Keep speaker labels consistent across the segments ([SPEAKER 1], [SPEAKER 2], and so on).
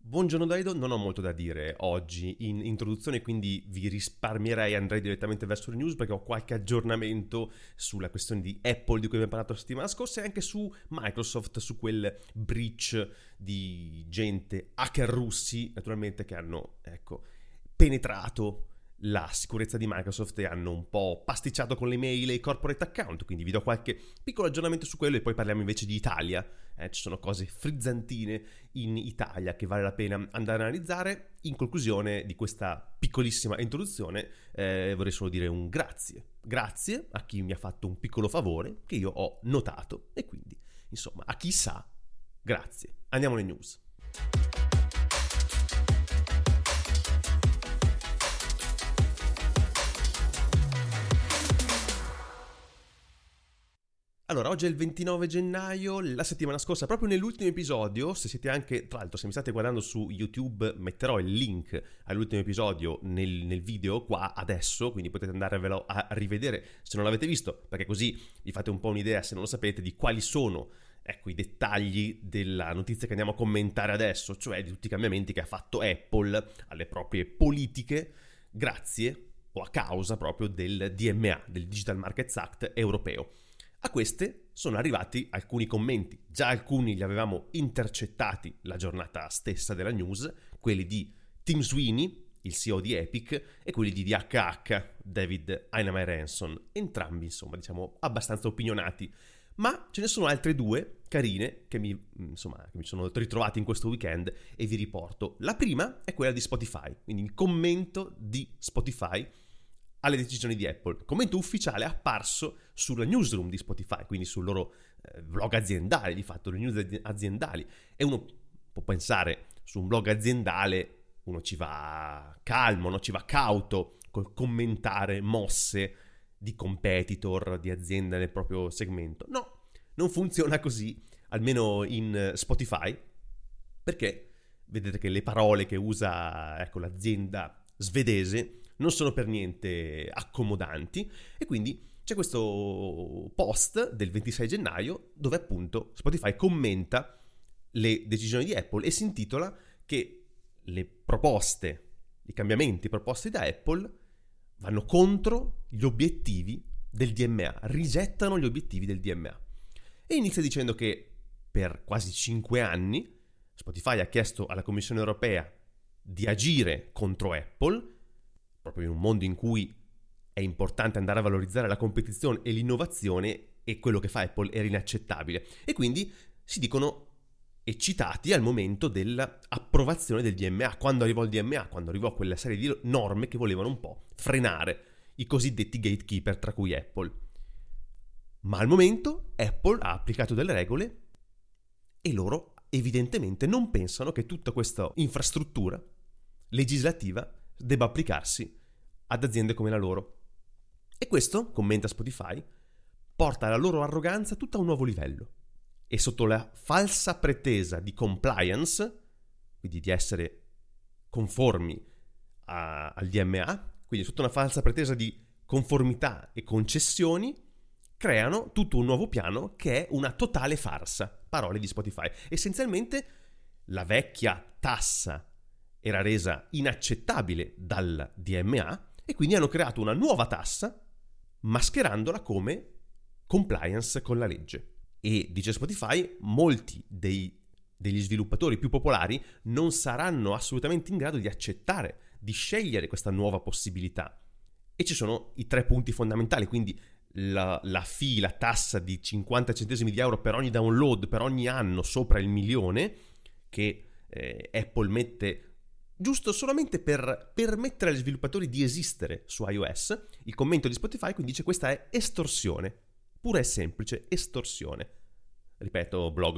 [SPEAKER 1] Buongiorno Daido, non ho molto da dire oggi in introduzione, quindi vi risparmierei, andrei direttamente verso le news perché ho qualche aggiornamento sulla questione di Apple di cui abbiamo parlato la settimana scorsa e anche su Microsoft, su quel breach di gente, hacker russi naturalmente, che hanno penetrato la sicurezza di Microsoft e hanno un po' pasticciato con le mail e i corporate account, quindi vi do qualche piccolo aggiornamento su quello e poi parliamo invece di Italia. Ci sono cose frizzantine in Italia che vale la pena andare a analizzare. In conclusione di questa piccolissima introduzione vorrei solo dire un grazie a chi mi ha fatto un piccolo favore che io ho notato e quindi insomma a chi sa grazie. Andiamo alle news. Allora, oggi è il 29 gennaio, la settimana scorsa, proprio nell'ultimo episodio, se siete anche, tra l'altro, se mi state guardando su YouTube, metterò il link all'ultimo episodio nel video qua adesso, quindi potete andarvelo a rivedere se non l'avete visto, perché così vi fate un po' un'idea, se non lo sapete, di quali sono, i dettagli della notizia che andiamo a commentare adesso, cioè di tutti i cambiamenti che ha fatto Apple alle proprie politiche, grazie o a causa proprio del DMA, del Digital Markets Act europeo. A queste sono arrivati alcuni commenti, già alcuni li avevamo intercettati la giornata stessa della news, quelli di Tim Sweeney, il CEO di Epic, e quelli di DHH, David Heinemeier Hansson, entrambi insomma diciamo abbastanza opinionati, ma ce ne sono altre due carine che mi sono ritrovati in questo weekend e vi riporto. La prima è quella di Spotify, quindi il commento di Spotify alle decisioni di Apple, commento ufficiale apparso sulla newsroom di Spotify, quindi sul loro blog aziendale, di fatto le news aziendali, e uno può pensare su un blog aziendale uno ci va calmo, no? Ci va cauto col commentare mosse di competitor, di azienda nel proprio segmento. No, non funziona così, almeno in Spotify, perché vedete che le parole che usa l'azienda svedese non sono per niente accomodanti e quindi c'è questo post del 26 gennaio dove appunto Spotify commenta le decisioni di Apple e si intitola che le proposte, i cambiamenti proposti da Apple vanno contro gli obiettivi del DMA, rigettano gli obiettivi del DMA. E inizia dicendo che per quasi 5 anni Spotify ha chiesto alla Commissione europea di agire contro Apple, proprio in un mondo in cui è importante andare a valorizzare la competizione e l'innovazione, e quello che fa Apple era inaccettabile. E quindi si dicono eccitati al momento dell'approvazione del DMA, quando arrivò il DMA, quando arrivò quella serie di norme che volevano un po' frenare i cosiddetti gatekeeper, tra cui Apple. Ma al momento Apple ha applicato delle regole e loro evidentemente non pensano che tutta questa infrastruttura legislativa debba applicarsi ad aziende come la loro. E questo, commenta Spotify, porta la loro arroganza tutta a un nuovo livello. E sotto la falsa pretesa di compliance, quindi di essere conformi al DMA, quindi sotto una falsa pretesa di conformità e concessioni, creano tutto un nuovo piano che è una totale farsa. Parole di Spotify. Essenzialmente la vecchia tassa era resa inaccettabile dal DMA e quindi hanno creato una nuova tassa mascherandola come compliance con la legge. E, dice Spotify, molti degli sviluppatori più popolari non saranno assolutamente in grado di accettare, di scegliere questa nuova possibilità. E ci sono i 3 punti fondamentali, quindi la tassa di 50 centesimi di euro per ogni download per ogni anno sopra il 1.000.000 che Apple mette giusto solamente per permettere agli sviluppatori di esistere su iOS. Il commento di Spotify quindi dice: questa è estorsione, pura e semplice estorsione. Ripeto, blog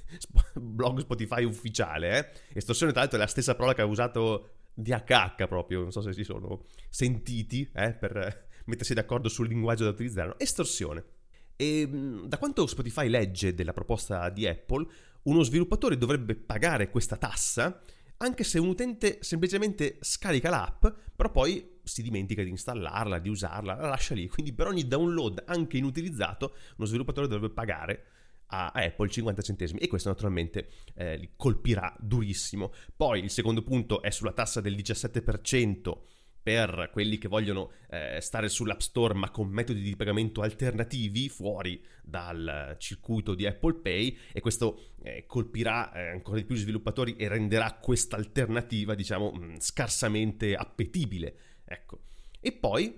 [SPEAKER 1] Spotify ufficiale, Estorsione tra l'altro è la stessa parola che ha usato DHH proprio, non so se si sono sentiti per mettersi d'accordo sul linguaggio da utilizzare. Estorsione. E da quanto Spotify legge della proposta di Apple, uno sviluppatore dovrebbe pagare questa tassa anche se un utente semplicemente scarica l'app, però poi si dimentica di installarla, di usarla, la lascia lì. Quindi per ogni download, anche inutilizzato, uno sviluppatore dovrebbe pagare a Apple 50 centesimi, e questo naturalmente li colpirà durissimo. Poi il secondo punto è sulla tassa del 17% per quelli che vogliono stare sull'App Store ma con metodi di pagamento alternativi fuori dal circuito di Apple Pay, e questo colpirà ancora di più gli sviluppatori e renderà questa alternativa, diciamo, scarsamente appetibile. Ecco. E poi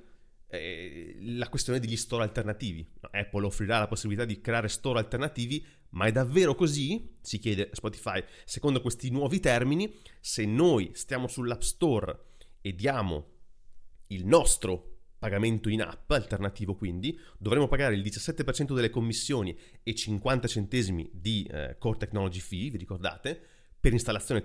[SPEAKER 1] la questione degli store alternativi. Apple offrirà la possibilità di creare store alternativi, ma è davvero così? Si chiede Spotify. Secondo questi nuovi termini, se noi stiamo sull'App Store e diamo il nostro pagamento in app alternativo, quindi dovremo pagare il 17% delle commissioni e 50 centesimi di Core Technology Fee, vi ricordate, per installazione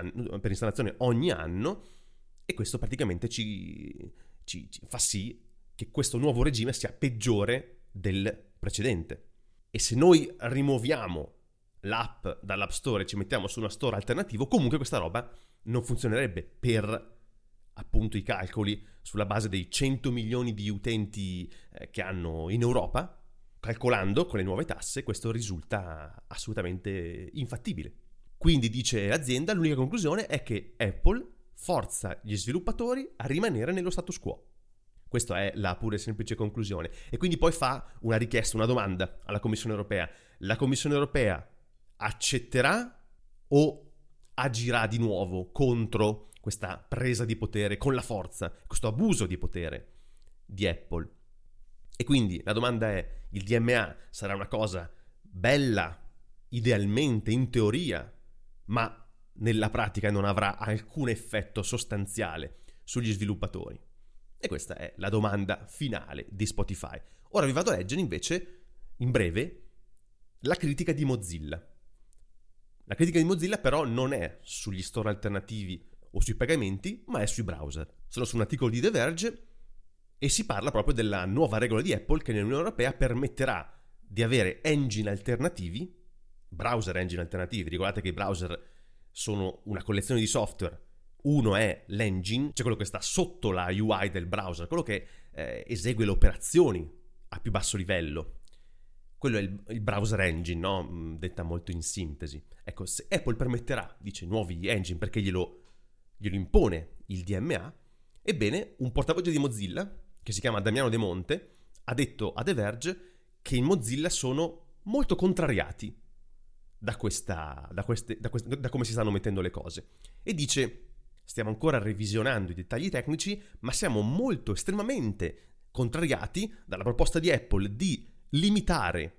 [SPEAKER 1] ogni anno, e questo praticamente ci fa sì che questo nuovo regime sia peggiore del precedente. E se noi rimuoviamo l'app dall'App Store e ci mettiamo su uno store alternativo, comunque questa roba non funzionerebbe per appunto i calcoli sulla base dei 100 milioni di utenti che hanno in Europa. Calcolando con le nuove tasse, questo risulta assolutamente infattibile. Quindi, dice l'azienda, l'unica conclusione è che Apple forza gli sviluppatori a rimanere nello status quo. Questa è la pura e semplice conclusione. E quindi poi fa una richiesta, una domanda alla Commissione europea. La Commissione europea accetterà o agirà di nuovo contro questa presa di potere con la forza, questo abuso di potere di Apple? E quindi la domanda è: il DMA sarà una cosa bella, idealmente, in teoria, ma nella pratica non avrà alcun effetto sostanziale sugli sviluppatori? E questa è la domanda finale di Spotify. Ora vi vado a leggere invece, in breve, la critica di Mozilla. La critica di Mozilla però non è sugli store alternativi o sui pagamenti, ma è sui browser. Sono su un articolo di The Verge e si parla proprio della nuova regola di Apple che nell'Unione Europea permetterà di avere engine alternativi, browser engine alternativi. Ricordate che i browser sono una collezione di software. Uno è l'engine, cioè quello che sta sotto la UI del browser, quello che esegue le operazioni a più basso livello. Quello è il browser engine, no? Detta molto in sintesi. Ecco, se Apple permetterà, dice, nuovi engine perché glielo impone il DMA, ebbene, un portavoce di Mozilla, che si chiama Damiano De Monte, ha detto a The Verge che in Mozilla sono molto contrariati da come si stanno mettendo le cose. E dice: stiamo ancora revisionando i dettagli tecnici, ma siamo molto, estremamente contrariati dalla proposta di Apple di limitare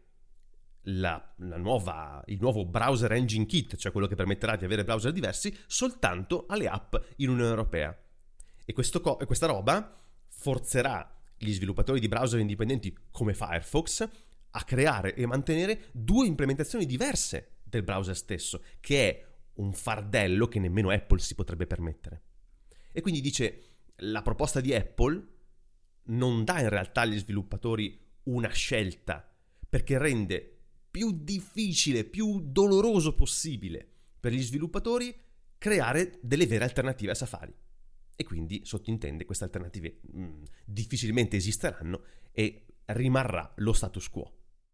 [SPEAKER 1] il nuovo browser engine kit, cioè quello che permetterà di avere browser diversi, soltanto alle app in Unione Europea. E questa roba forzerà gli sviluppatori di browser indipendenti come Firefox a creare e mantenere due implementazioni diverse del browser stesso, che è un fardello che nemmeno Apple si potrebbe permettere. E quindi dice: la proposta di Apple non dà in realtà agli sviluppatori una scelta, perché rende più difficile, più doloroso possibile per gli sviluppatori creare delle vere alternative a Safari. E quindi sottintende queste alternative difficilmente esisteranno e rimarrà lo status quo.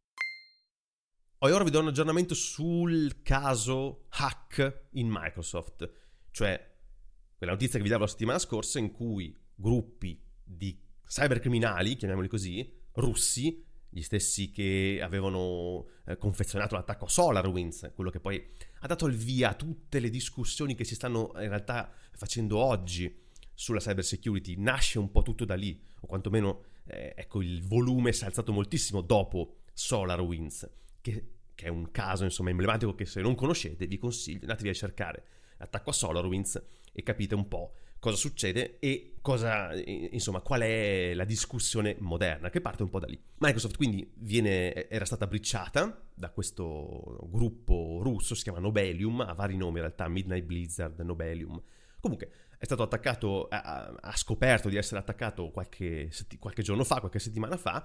[SPEAKER 1] Ora vi do un aggiornamento sul caso hack in Microsoft, cioè quella notizia che vi davo la settimana scorsa in cui gruppi di cybercriminali, chiamiamoli così, russi, gli stessi che avevano confezionato l'attacco a SolarWinds, quello che poi ha dato il via a tutte le discussioni che si stanno in realtà facendo oggi sulla cyber security, nasce un po' tutto da lì, o quantomeno ecco, il volume si è alzato moltissimo dopo SolarWinds, che è un caso insomma emblematico che se non conoscete vi consiglio, andatevi a cercare l'attacco a SolarWinds e capite un po' cosa succede e qual è la discussione moderna, che parte un po' da lì. Microsoft quindi era stata breachata da questo gruppo russo, si chiama Nobelium, ha vari nomi in realtà, Midnight Blizzard, Nobelium. Comunque è stato attaccato, ha scoperto di essere attaccato qualche giorno fa, qualche settimana fa,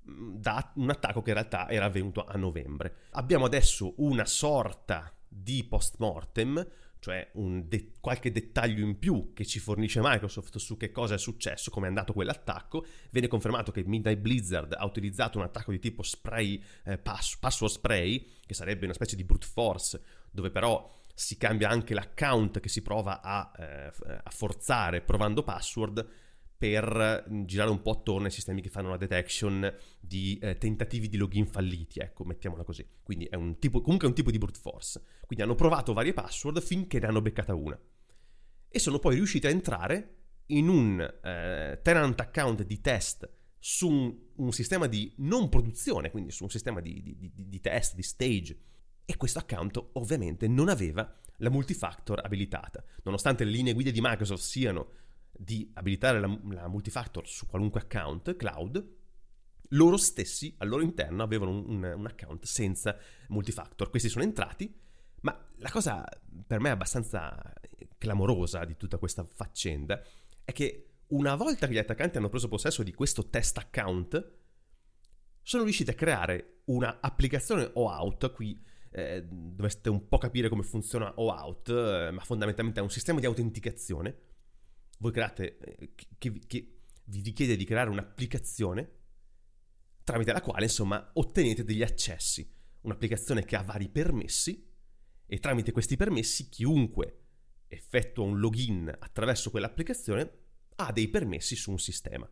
[SPEAKER 1] da un attacco che in realtà era avvenuto a novembre. Abbiamo adesso una sorta di post-mortem cioè qualche dettaglio in più che ci fornisce Microsoft su che cosa è successo, come è andato quell'attacco. Viene confermato che Midnight Blizzard ha utilizzato un attacco di tipo spray, password spray, che sarebbe una specie di brute force, dove però si cambia anche l'account che si prova a forzare provando password, per girare un po' attorno ai sistemi che fanno la detection di tentativi di login falliti, ecco, mettiamola così. Quindi è comunque un tipo di brute force. Quindi hanno provato varie password finché ne hanno beccata una. E sono poi riusciti a entrare in un tenant account di test su un sistema di non produzione, quindi su un sistema di test, di stage. E questo account ovviamente non aveva la multifactor abilitata. Nonostante le linee guida di Microsoft siano di abilitare la multifactor su qualunque account cloud, loro stessi al loro interno avevano un account senza multifactor. Questi sono entrati, ma la cosa per me abbastanza clamorosa di tutta questa faccenda è che una volta che gli attaccanti hanno preso possesso di questo test account, sono riusciti a creare una applicazione OAuth. Qui dovreste un po' capire come funziona OAuth, ma fondamentalmente è un sistema di autenticazione. Voi create, che vi richiede di creare un'applicazione tramite la quale, insomma, ottenete degli accessi. Un'applicazione che ha vari permessi, e tramite questi permessi chiunque effettua un login attraverso quell'applicazione ha dei permessi su un sistema.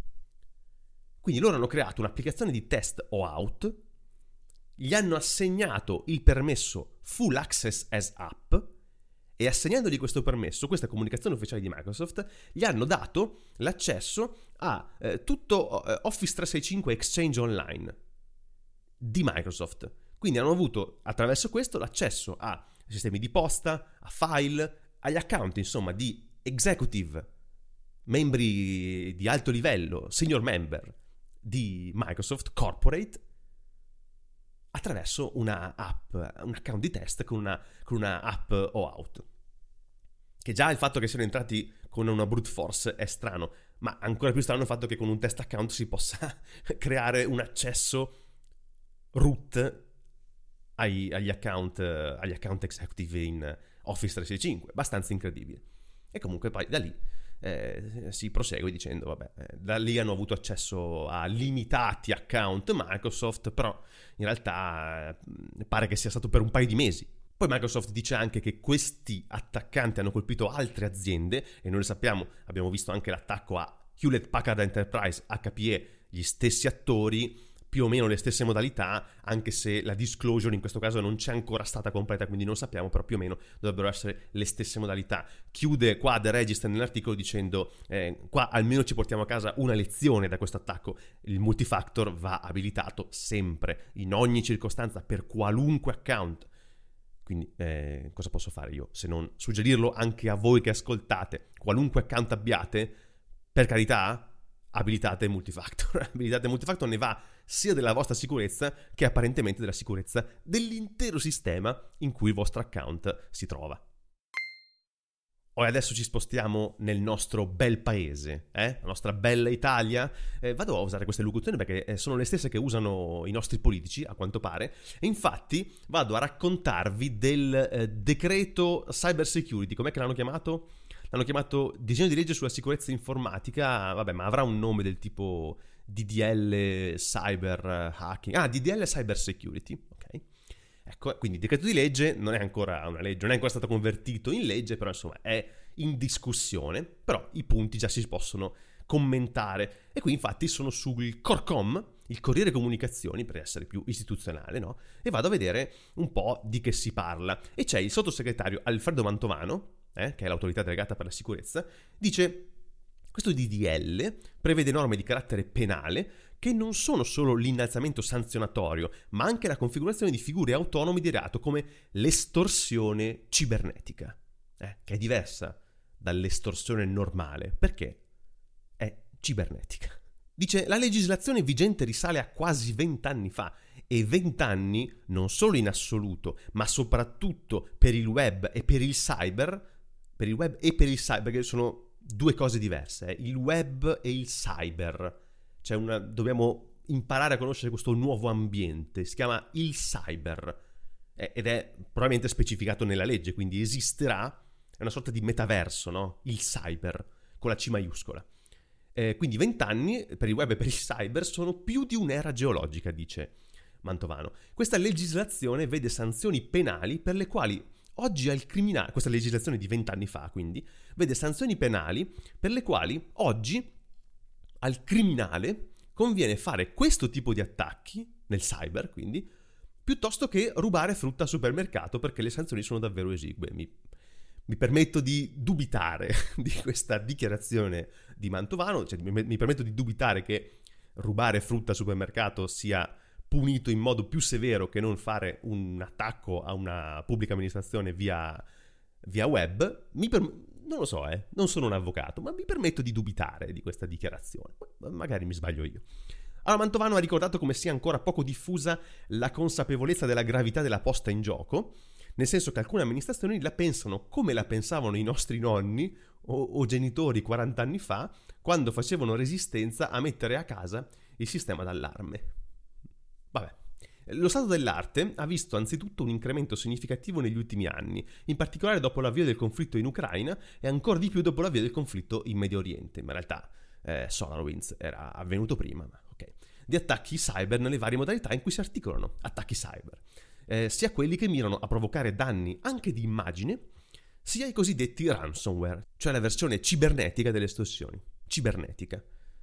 [SPEAKER 1] Quindi loro hanno creato un'applicazione di test OAuth, gli hanno assegnato il permesso Full Access as App, e assegnandogli questo permesso, questa comunicazione ufficiale di Microsoft, gli hanno dato l'accesso a tutto Office 365 Exchange Online di Microsoft. Quindi hanno avuto attraverso questo l'accesso a sistemi di posta, a file, agli account, insomma, di executive, membri di alto livello, senior member di Microsoft Corporate, attraverso una app, un account di test con una app OAuth. Che già il fatto che siano entrati con una brute force è strano, ma ancora più strano il fatto che con un test account si possa creare un accesso root agli account executive in Office 365, abbastanza incredibile. E comunque poi da lì si prosegue dicendo, vabbè, da lì hanno avuto accesso a limitati account Microsoft, però in realtà pare che sia stato per un paio di mesi. Poi Microsoft dice anche che questi attaccanti hanno colpito altre aziende, e noi lo sappiamo, abbiamo visto anche l'attacco a Hewlett Packard Enterprise, HPE, gli stessi attori, più o meno le stesse modalità, anche se la disclosure in questo caso non c'è ancora stata completa, quindi non sappiamo, però più o meno dovrebbero essere le stesse modalità. Chiude qua The Register nell'articolo dicendo qua almeno ci portiamo a casa una lezione da questo attacco: il multifactor va abilitato sempre, in ogni circostanza, per qualunque account. Quindi cosa posso fare io se non suggerirlo anche a voi che ascoltate? Qualunque account abbiate, per carità, abilitate multifactor. Abilitate multifactor, ne va sia della vostra sicurezza che apparentemente della sicurezza dell'intero sistema in cui il vostro account si trova. Ora adesso ci spostiamo nel nostro bel paese, la nostra bella Italia. Vado a usare queste locuzioni perché sono le stesse che usano i nostri politici, a quanto pare, e infatti vado a raccontarvi del decreto cyber security. Com'è che l'hanno chiamato? L'hanno chiamato disegno di legge sulla sicurezza informatica, vabbè, ma avrà un nome del tipo DDL cyber hacking. DDL cyber security, ok. Ecco, quindi il decreto di legge non è ancora una legge, non è ancora stato convertito in legge, però insomma è in discussione, però i punti già si possono commentare. E qui infatti sono sul Corcom, il Corriere Comunicazioni, per essere più istituzionale, no? E vado a vedere un po' di che si parla. E c'è il sottosegretario Alfredo Mantovano, che è l'autorità delegata per la sicurezza, dice: questo DDL prevede norme di carattere penale che non sono solo l'innalzamento sanzionatorio, ma anche la configurazione di figure autonome di reato come l'estorsione cibernetica, che è diversa dall'estorsione normale, perché è cibernetica. Dice: la legislazione vigente risale a quasi 20 anni fa, e 20 anni non solo in assoluto, ma soprattutto per il web e per il cyber, perché sono due cose diverse, il web e il cyber. Dobbiamo imparare a conoscere questo nuovo ambiente, si chiama il cyber. ed è probabilmente specificato nella legge, quindi esisterà, è una sorta di metaverso, no? Il cyber, con la C maiuscola. Quindi 20 anni per il web e per il cyber sono più di un'era geologica, dice Mantovano. Questa legislazione vede sanzioni penali per le quali oggi al criminale, questa legislazione di 20 anni fa quindi, vede sanzioni penali per le quali oggi al criminale conviene fare questo tipo di attacchi, nel cyber quindi, piuttosto che rubare frutta al supermercato, perché le sanzioni sono davvero esigue. Mi permetto di dubitare di questa dichiarazione di Mantovano, cioè mi permetto di dubitare che rubare frutta al supermercato sia punito in modo più severo che non fare un attacco a una pubblica amministrazione via web. Non lo so, non sono un avvocato, ma mi permetto di dubitare di questa dichiarazione. Magari mi sbaglio io. Allora, Mantovano ha ricordato come sia ancora poco diffusa la consapevolezza della gravità della posta in gioco, nel senso che alcune amministrazioni la pensano come la pensavano i nostri nonni o genitori 40 anni fa, quando facevano resistenza a mettere a casa il sistema d'allarme. Vabbè. Lo stato dell'arte ha visto anzitutto un incremento significativo negli ultimi anni, in particolare dopo l'avvio del conflitto in Ucraina e ancora di più dopo l'avvio del conflitto in Medio Oriente. Ma in realtà SolarWinds era avvenuto prima, ma ok. Di attacchi cyber nelle varie modalità in cui si articolano attacchi cyber. Sia quelli che mirano a provocare danni anche di immagine, sia i cosiddetti ransomware, cioè la versione cibernetica delle estorsioni. Cibernetica.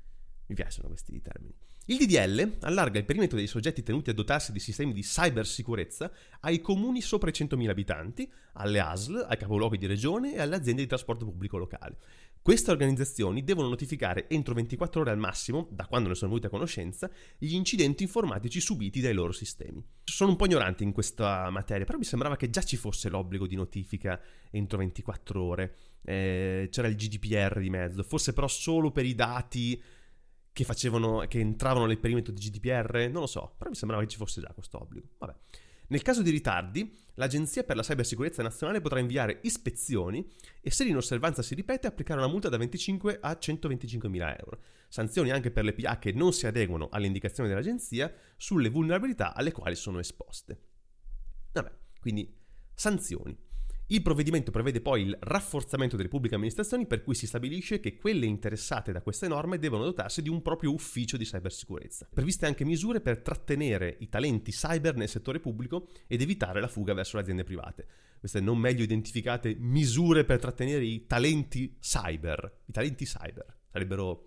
[SPEAKER 1] Mi piacciono questi termini. Il DDL allarga il perimetro dei soggetti tenuti a dotarsi di sistemi di cybersicurezza ai comuni sopra i 100.000 abitanti, alle ASL, ai capoluoghi di regione e alle aziende di trasporto pubblico locale. Queste organizzazioni devono notificare entro 24 ore al massimo, da quando ne sono venute a conoscenza, gli incidenti informatici subiti dai loro sistemi. Sono un po' ignorante in questa materia, però mi sembrava che già ci fosse l'obbligo di notifica entro 24 ore. C'era il GDPR di mezzo, forse però solo per i dati che entravano nel perimetro di GDPR, non lo so, però mi sembrava che ci fosse già questo obbligo. Vabbè. Nel caso di ritardi, l'Agenzia per la Cybersicurezza Nazionale potrà inviare ispezioni e, se l'inosservanza si ripete, applicare una multa da 25 a 125.000 euro. Sanzioni anche per le PA che non si adeguano alle indicazioni dell'Agenzia sulle vulnerabilità alle quali sono esposte. Vabbè, quindi sanzioni. Il provvedimento prevede poi il rafforzamento delle pubbliche amministrazioni, per cui si stabilisce che quelle interessate da queste norme devono dotarsi di un proprio ufficio di cybersicurezza. Previste anche misure per trattenere i talenti cyber nel settore pubblico ed evitare la fuga verso le aziende private. Queste non meglio identificate misure per trattenere i talenti cyber. I talenti cyber sarebbero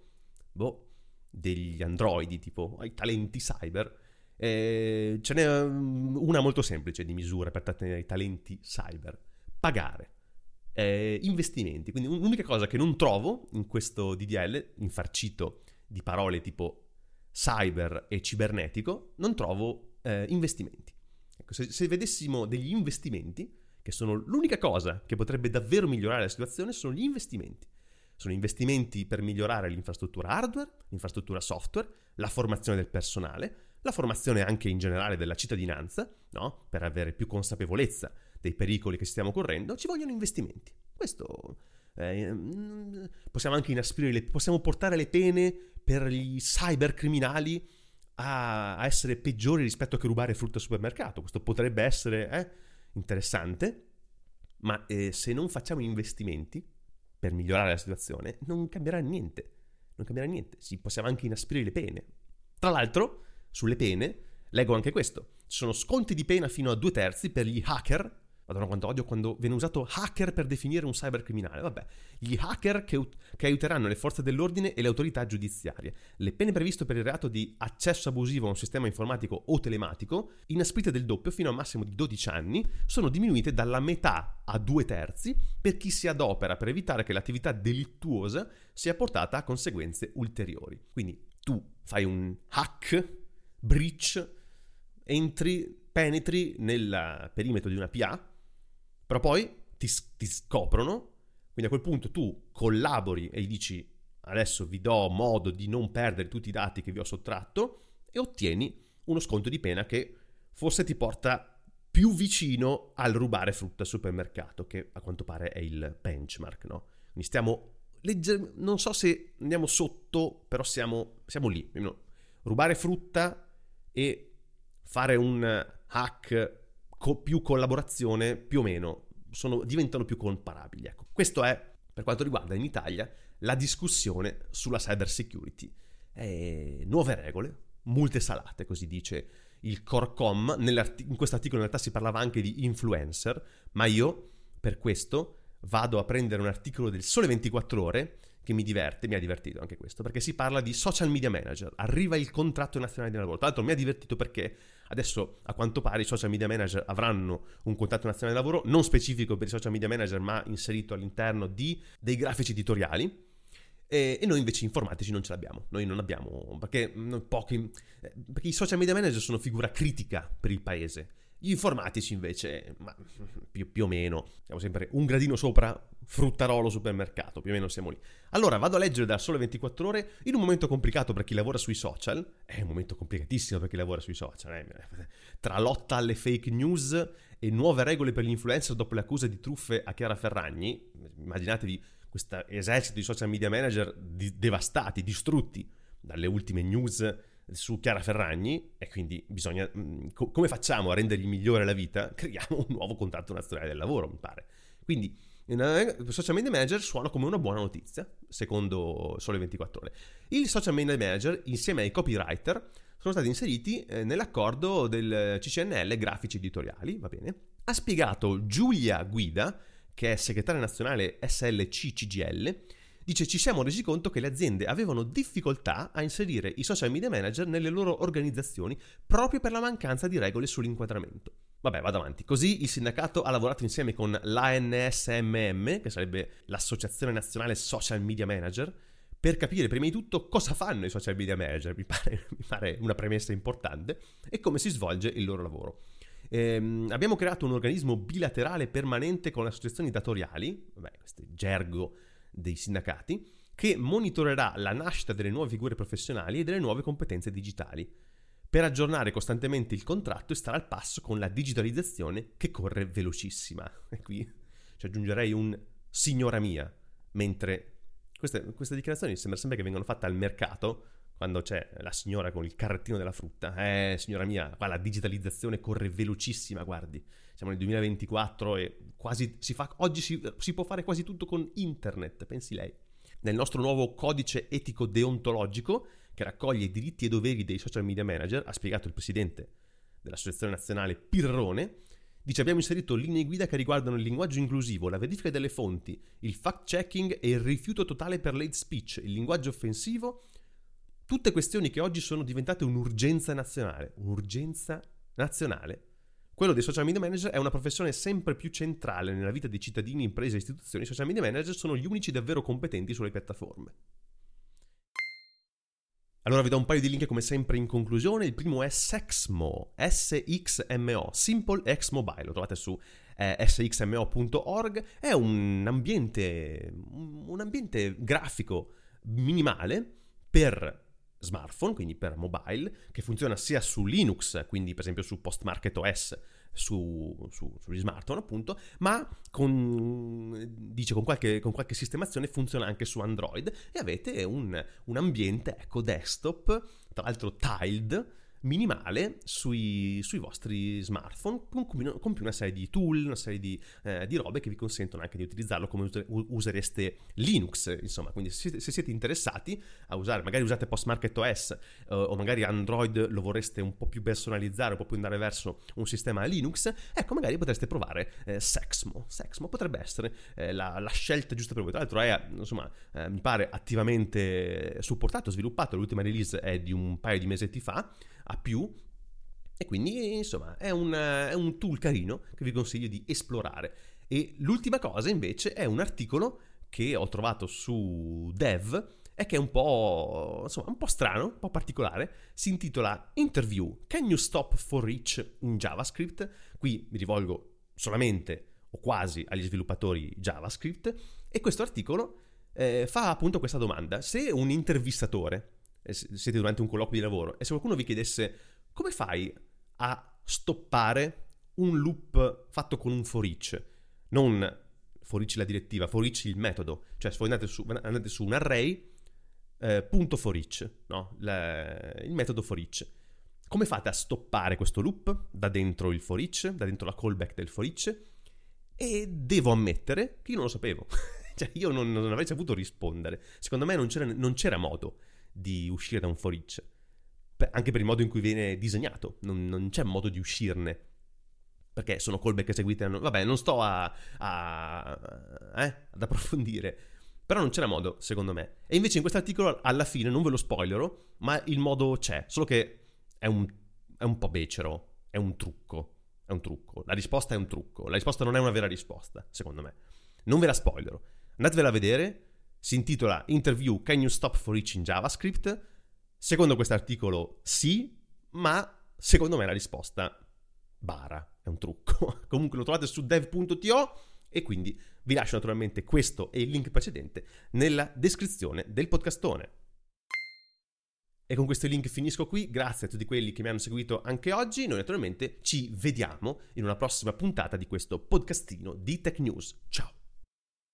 [SPEAKER 1] degli androidi, tipo i talenti cyber. Ce n'è una molto semplice di misure per trattenere i talenti cyber. Pagare, investimenti. Quindi l'unica cosa che non trovo in questo DDL, infarcito di parole tipo cyber e cibernetico, non trovo investimenti. Ecco, se vedessimo degli investimenti, che sono l'unica cosa che potrebbe davvero migliorare la situazione, sono gli investimenti. Sono investimenti per migliorare l'infrastruttura hardware, l'infrastruttura software, la formazione del personale, la formazione anche in generale della cittadinanza, no? Per avere più consapevolezza dei pericoli che stiamo correndo, ci vogliono investimenti. Questo possiamo anche inasprire, possiamo portare le pene per gli cybercriminali a essere peggiori rispetto a che rubare frutta al supermercato. Questo potrebbe essere interessante, ma se non facciamo investimenti per migliorare la situazione, non cambierà niente. Non cambierà niente. Possiamo anche inasprire le pene. Tra l'altro, sulle pene, leggo anche questo. Ci sono sconti di pena fino a 2/3 per gli hacker. Madonna, quanto odio quando viene usato hacker per definire un cybercriminale. Vabbè, gli hacker che aiuteranno le forze dell'ordine e le autorità giudiziarie. Le pene previste per il reato di accesso abusivo a un sistema informatico o telematico, inasprite del doppio fino a un massimo di 12 anni, sono diminuite dalla metà a 2/3 per chi si adopera per evitare che l'attività delittuosa sia portata a conseguenze ulteriori. Quindi tu fai un hack, breach, penetri nel perimetro di una PA, però poi ti scoprono, quindi a quel punto tu collabori e gli dici adesso vi do modo di non perdere tutti i dati che vi ho sottratto e ottieni uno sconto di pena che forse ti porta più vicino al rubare frutta al supermercato, che a quanto pare è il benchmark, no? Quindi stiamo non so se andiamo sotto, però siamo lì. Rubare frutta e fare un hack più collaborazione, più o meno, diventano più comparabili. Ecco, questo è, per quanto riguarda in Italia, la discussione sulla cyber security. Nuove regole, multe salate, così dice il Corcom. In questo articolo in realtà si parlava anche di influencer, ma io per questo vado a prendere un articolo del Sole 24 Ore che mi ha divertito anche questo, perché si parla di social media manager. Arriva il contratto nazionale di lavoro. Tra l'altro mi ha divertito perché adesso a quanto pare i social media manager avranno un contratto nazionale di lavoro non specifico per i social media manager, ma inserito all'interno dei grafici editoriali. E noi invece informatici non ce l'abbiamo. Noi non abbiamo, perché i social media manager sono figura critica per il paese. Gli informatici invece, ma più o meno, siamo sempre un gradino sopra Fruttarolo supermercato, più o meno siamo lì. Allora vado a leggere da Sole 24 Ore in un momento complicato per chi lavora sui social. È un momento complicatissimo per chi lavora sui social, tra lotta alle fake news e nuove regole per gli influencer dopo le accuse di truffe a Chiara Ferragni. Immaginatevi questo esercito di social media manager devastati, distrutti dalle ultime news su Chiara Ferragni, e quindi bisogna come facciamo a rendergli migliore la vita? Creiamo un nuovo contratto nazionale del lavoro, mi pare. Quindi il social media manager suona come una buona notizia, secondo Sole 24 Ore. Il social media manager insieme ai copywriter sono stati inseriti nell'accordo del CCNL grafici editoriali, va bene? Ha spiegato Giulia Guida, che è segretaria nazionale SLC CGL. Dice: ci siamo resi conto che le aziende avevano difficoltà a inserire i social media manager nelle loro organizzazioni proprio per la mancanza di regole sull'inquadramento. Vabbè, vado avanti. Così il sindacato ha lavorato insieme con l'ANSMM, che sarebbe l'Associazione Nazionale Social Media Manager, per capire prima di tutto cosa fanno i social media manager, mi pare una premessa importante, e come si svolge il loro lavoro. Abbiamo creato un organismo bilaterale permanente con le associazioni datoriali, questo è gergo dei sindacati, che monitorerà la nascita delle nuove figure professionali e delle nuove competenze digitali, per aggiornare costantemente il contratto e stare al passo con la digitalizzazione che corre velocissima. E qui ci aggiungerei un signora mia, mentre queste dichiarazioni sembra sempre che vengano fatte al mercato, quando c'è la signora con il carrettino della frutta. Signora mia, qua la digitalizzazione corre velocissima, guardi. Siamo nel 2024 e oggi si può fare quasi tutto con internet, pensi lei. Nel nostro nuovo codice etico deontologico, che raccoglie i diritti e doveri dei social media manager, ha spiegato il presidente dell'Associazione Nazionale Pirrone, dice: abbiamo inserito linee guida che riguardano il linguaggio inclusivo, la verifica delle fonti, il fact-checking e il rifiuto totale per l'hate speech, il linguaggio offensivo, tutte questioni che oggi sono diventate un'urgenza nazionale. Un'urgenza nazionale. Quello dei social media manager è una professione sempre più centrale nella vita di cittadini, imprese e istituzioni. I social media manager sono gli unici davvero competenti sulle piattaforme. Allora vi do un paio di link come sempre in conclusione. Il primo è Sexmo, SXMO, Simple X Mobile, lo trovate su sxmo.org. È un ambiente grafico minimale per smartphone, quindi per mobile, che funziona sia su Linux, quindi per esempio su Postmarket OS, sugli smartphone appunto, ma con qualche sistemazione funziona anche su Android, e avete un ambiente desktop, tra l'altro tiled, minimale sui vostri smartphone, con più una serie di tool, una serie di robe che vi consentono anche di utilizzarlo come usereste Linux, insomma. Quindi se siete interessati a usare, magari usate Postmarket OS o magari Android lo vorreste un po' più personalizzare, un po' più andare verso un sistema Linux, ecco, magari potreste provare Sexmo. Sexmo potrebbe essere la scelta giusta per voi. Tra l'altro è mi pare attivamente supportato, sviluppato. L'ultima release è di un paio di mesetti fa a più, e quindi insomma è un tool carino che vi consiglio di esplorare. E l'ultima cosa invece è un articolo che ho trovato su Dev e che è un po' strano, un po' particolare. Si intitola Interview: Can you stop for each in JavaScript? Qui mi rivolgo solamente o quasi agli sviluppatori JavaScript, e questo articolo fa appunto questa domanda: se un intervistatore, siete durante un colloquio di lavoro, e se qualcuno vi chiedesse come fai a stoppare un loop fatto con un for each, non for each la direttiva, for each il metodo, cioè se voi andate su un array punto for each, no? Il metodo for each, Come fate a stoppare questo loop da dentro il for each, da dentro la callback del for each? E devo ammettere che io non lo sapevo. Cioè io non avrei saputo rispondere. Secondo me non c'era modo di uscire da un for each. Anche per il modo in cui viene disegnato. Non c'è modo di uscirne. Perché sono callback eseguite. Vabbè, non sto ad approfondire. Però non c'era modo, secondo me. E invece in questo articolo, alla fine, non ve lo spoilerò, ma il modo c'è. Solo che è un po' becero. È un trucco. È un trucco. La risposta è un trucco. La risposta non è una vera risposta, secondo me. Non ve la spoilerò. Andatevela a vedere. Si intitola Interview Can You Stop For Each in JavaScript? Secondo questo articolo sì, ma secondo me la risposta bara. È un trucco. Comunque lo trovate su dev.to e quindi vi lascio naturalmente questo e il link precedente nella descrizione del podcastone. E con questo link finisco qui, grazie a tutti quelli che mi hanno seguito anche oggi. Noi naturalmente ci vediamo in una prossima puntata di questo podcastino di Tech News. Ciao!